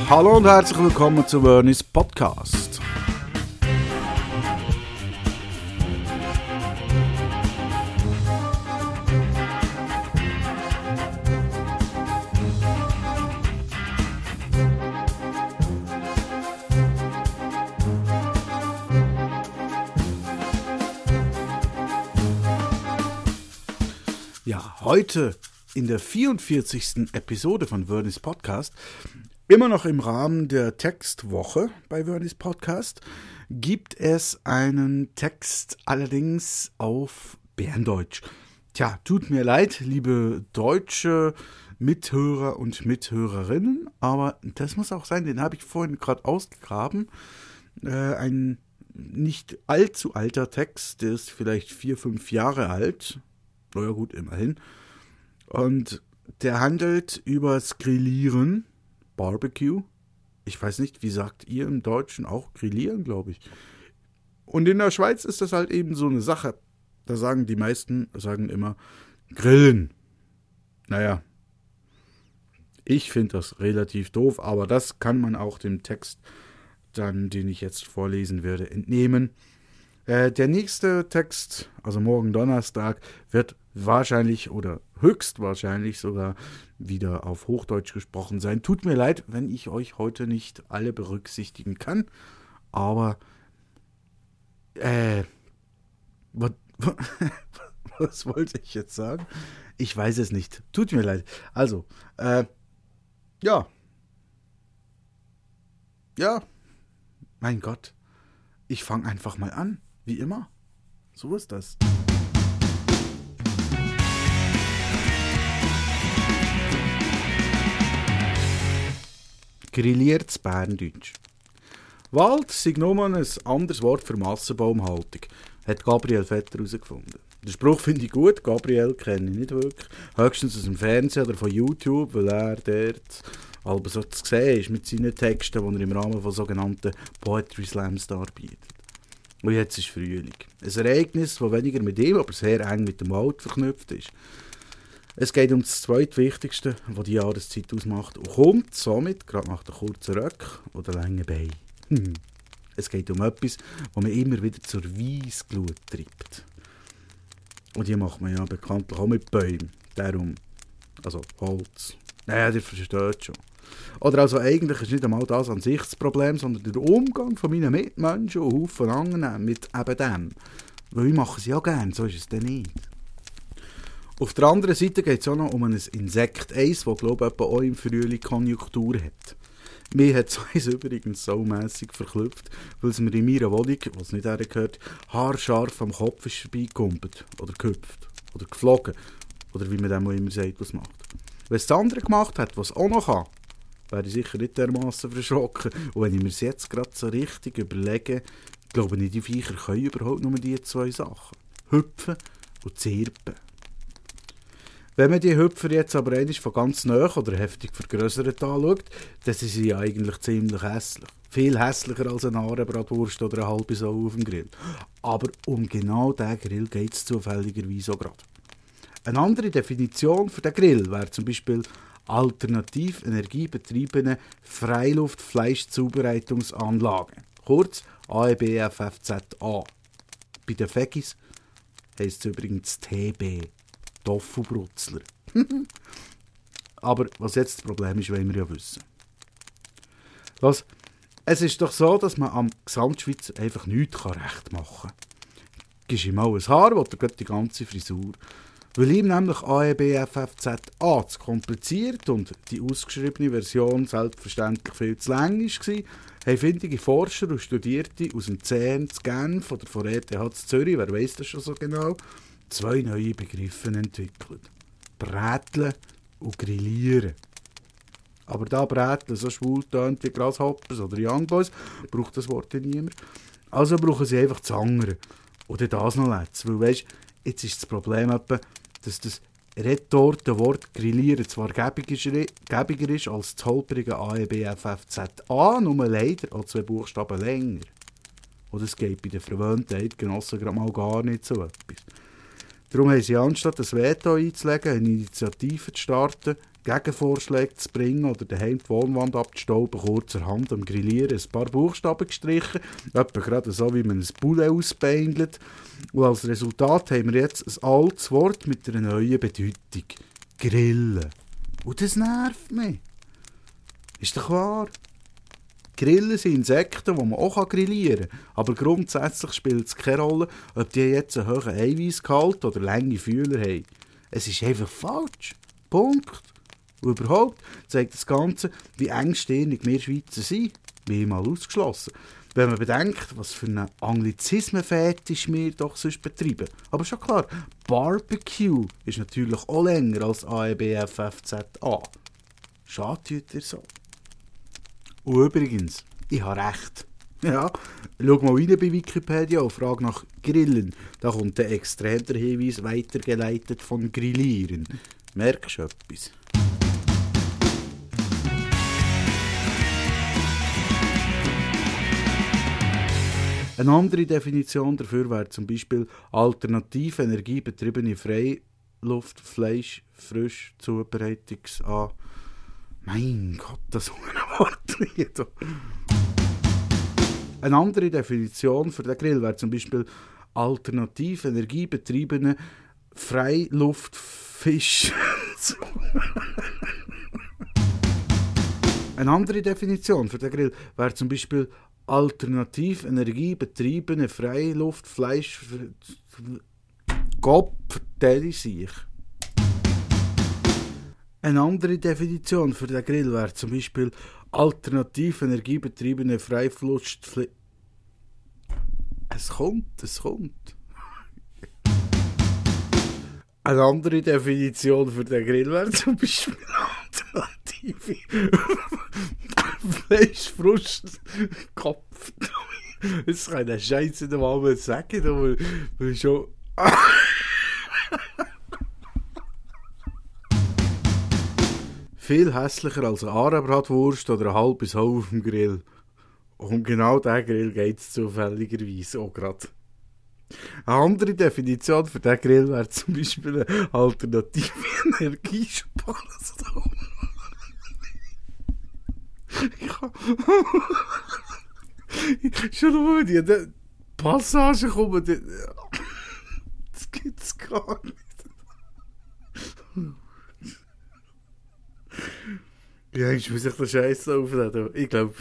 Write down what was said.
Hallo und herzlich willkommen zu Wernys Podcast. Ja, heute in der 44. Episode von Wernys Podcast, immer noch im Rahmen der Textwoche bei Wernys Podcast, gibt es einen Text allerdings auf Berndeutsch. Tja, tut mir leid, liebe deutsche Mithörer und Mithörerinnen, aber das muss auch sein, den habe ich vorhin gerade ausgegraben. Ein nicht allzu alter Text, der ist vielleicht 4-5 Jahre alt. Naja gut, immerhin. Und der handelt über das Grillieren, Barbecue. Ich weiß nicht, wie sagt ihr im Deutschen auch Grillieren, glaube ich. Und in der Schweiz ist das halt eben so eine Sache. Da sagen die meisten immer Grillen. Naja, ich finde das relativ doof, aber das kann man auch dem Text, dann, den ich jetzt vorlesen werde, entnehmen. Der nächste Text, also morgen Donnerstag, wird wahrscheinlich oder höchstwahrscheinlich sogar wieder auf Hochdeutsch gesprochen sein. Tut mir leid, wenn ich euch heute nicht alle berücksichtigen kann, aber was wollte ich jetzt sagen? Ich weiß es nicht. Tut mir leid. Also, ja, mein Gott, ich fange einfach mal an. Wie immer. So ist das. Grilliertes Berndeutsch. Wald sei nur ein anderes Wort für Massenbaumhaltung, hat Gabriel Vetter herausgefunden. Den Spruch finde ich gut, Gabriel kenne ich nicht wirklich. Höchstens aus dem Fernsehen oder von YouTube, weil er dort aber so zu sehen ist mit seinen Texten, die er im Rahmen von sogenannten Poetry Slams darbietet. Und jetzt ist Frühling. Ein Ereignis, das weniger mit ihm, aber sehr eng mit dem Wald verknüpft ist. Es geht um das zweitwichtigste, was die Jahreszeit ausmacht und kommt somit, gerade nach der kurzen Röck oder langen Beinen. Es geht um etwas, das man immer wieder zur Weissglut treibt. Und die macht man ja bekanntlich auch mit Bäumen. Darum, also Holz. Naja, ihr versteht schon. Oder also eigentlich ist nicht einmal das an sich das Problem, sondern der Umgang von meinen Mitmenschen und Haufen anderen mit eben dem. Weil ich mache es ja gerne, so ist es dann nicht. Auf der anderen Seite geht es auch noch um ein Insekt, das glaube ich auch im Frühling Konjunktur hat. Mir hat es übrigens saumässig verklüpft, weil es mir in meiner Wohnung, was nicht hergehört, haarscharf am Kopf ist vorbeigekumpelt oder gehüpft oder geflogen oder wie man dem auch immer sagt, was macht. Wenn es der andere gemacht hat, was auch noch kann, wäre ich sicher nicht dermassen verschrocken. Und wenn ich mir das jetzt gerade so richtig überlege, glaube ich, die Viecher können überhaupt nur die zwei Sachen. Hüpfen und zirpen. Wenn man die Hüpfer jetzt aber einmal von ganz nahe oder heftig vergrößert anschaut, dann sind sie eigentlich ziemlich hässlich. Viel hässlicher als eine Ahrenbratwurst oder eine halbe Sau auf dem Grill. Aber um genau diesen Grill geht es zufälligerweise auch gerade. Eine andere Definition für den Grill wäre zum Beispiel alternativ energiebetriebene Freiluft-Fleischzubereitungsanlage. Kurz AEBFFZA. Bei den Veggies heisst es übrigens TB. Tofu-Brutzler. Aber was jetzt das Problem ist, wollen wir ja wissen. Es ist doch so, dass man am Gesamtschweizer einfach nichts recht machen kann. Gibst ihm mal ein Haar, oder geht die ganze Frisur. Weil ihm nämlich AEBFFZA zu kompliziert und die ausgeschriebene Version selbstverständlich viel zu lang war, haben findige Forscher und Studierte aus dem CERN zu Genf oder von ETH zu Zürich, wer weiss das schon so genau, 2 neue Begriffe entwickelt. Bräteln und Grillieren. Aber da Bräteln so schwul tönt wie Grasshoppers oder Young Boys, braucht das Wort ja niemand. Also brauchen sie einfach Zangere. Oder das noch letztes. Weil weisst, jetzt ist das Problem etwa, dass das Retortenwort Grillieren zwar gäbiger ist als das holprige AEBFFZA, nur leider auch 2 Buchstaben länger. Und es geht bei den verwöhnten Eidgenossen gerade mal gar nicht so etwas. Darum haben sie anstatt ein Veto einzulegen, eine Initiative zu starten, Gegenvorschläge zu bringen oder daheim die Wohnwand abzustauben, kurzerhand am Grillieren ein paar Buchstaben gestrichen, etwa gerade so, wie man ein Poulet ausbeindelt. Und als Resultat haben wir jetzt ein altes Wort mit einer neuen Bedeutung. Grillen. Und das nervt mich. Ist doch wahr? Grillen sind Insekten, die man auch grillieren kann. Aber grundsätzlich spielt es keine Rolle, ob die jetzt einen hohen Eiweißgehalt oder lange Fühler haben. Es ist einfach falsch. Punkt. Und überhaupt zeigt das Ganze, wie engstirnig wir Schweizer sind. Wie mal ausgeschlossen. Wenn man bedenkt, was für einen Anglizismenfetisch wir doch sonst betreiben. Aber schon klar, Barbecue ist natürlich auch länger als AEBFFZA. Schade tut ihr so. Und übrigens, ich habe recht. Ja, schau mal rein bei Wikipedia und frage nach Grillen. Da kommt der extrem der Hinweis weitergeleitet von Grillieren. Merkst du etwas? Eine andere Definition dafür wäre zum Beispiel alternativ energiebetriebene Freiluft, Fleisch, frisch, Mein Gott, das ist ein Wort. Eine andere Definition für den Grill wäre zum Beispiel alternativ energiebetriebene Freiluftfisch. Eine andere Definition für den Grill wäre zum Beispiel alternativ energiebetriebene Freiluftfleisch. Gott vertelle ich sich. Eine andere Definition für den Grill wäre zum Beispiel alternativ energiebetriebene Freiflucht. Es kommt. Eine andere Definition für den Grill wäre zum Beispiel alternative Fleischfrust Kopf. Das kann der Scheiße nicht mal sagen, aber schon. Viel hässlicher als eine Aarabratwurst oder eine halbes Hau auf dem Grill. Um genau diesen Grill geht es zufälligerweise auch gerade. Eine andere Definition für diesen Grill wäre zum Beispiel eine alternative Energiesparung. Schon nur die Passagen kommen. Das gibt es gar nicht. Ja, ich muss echt den Scheiß aufladen. Ich glaube.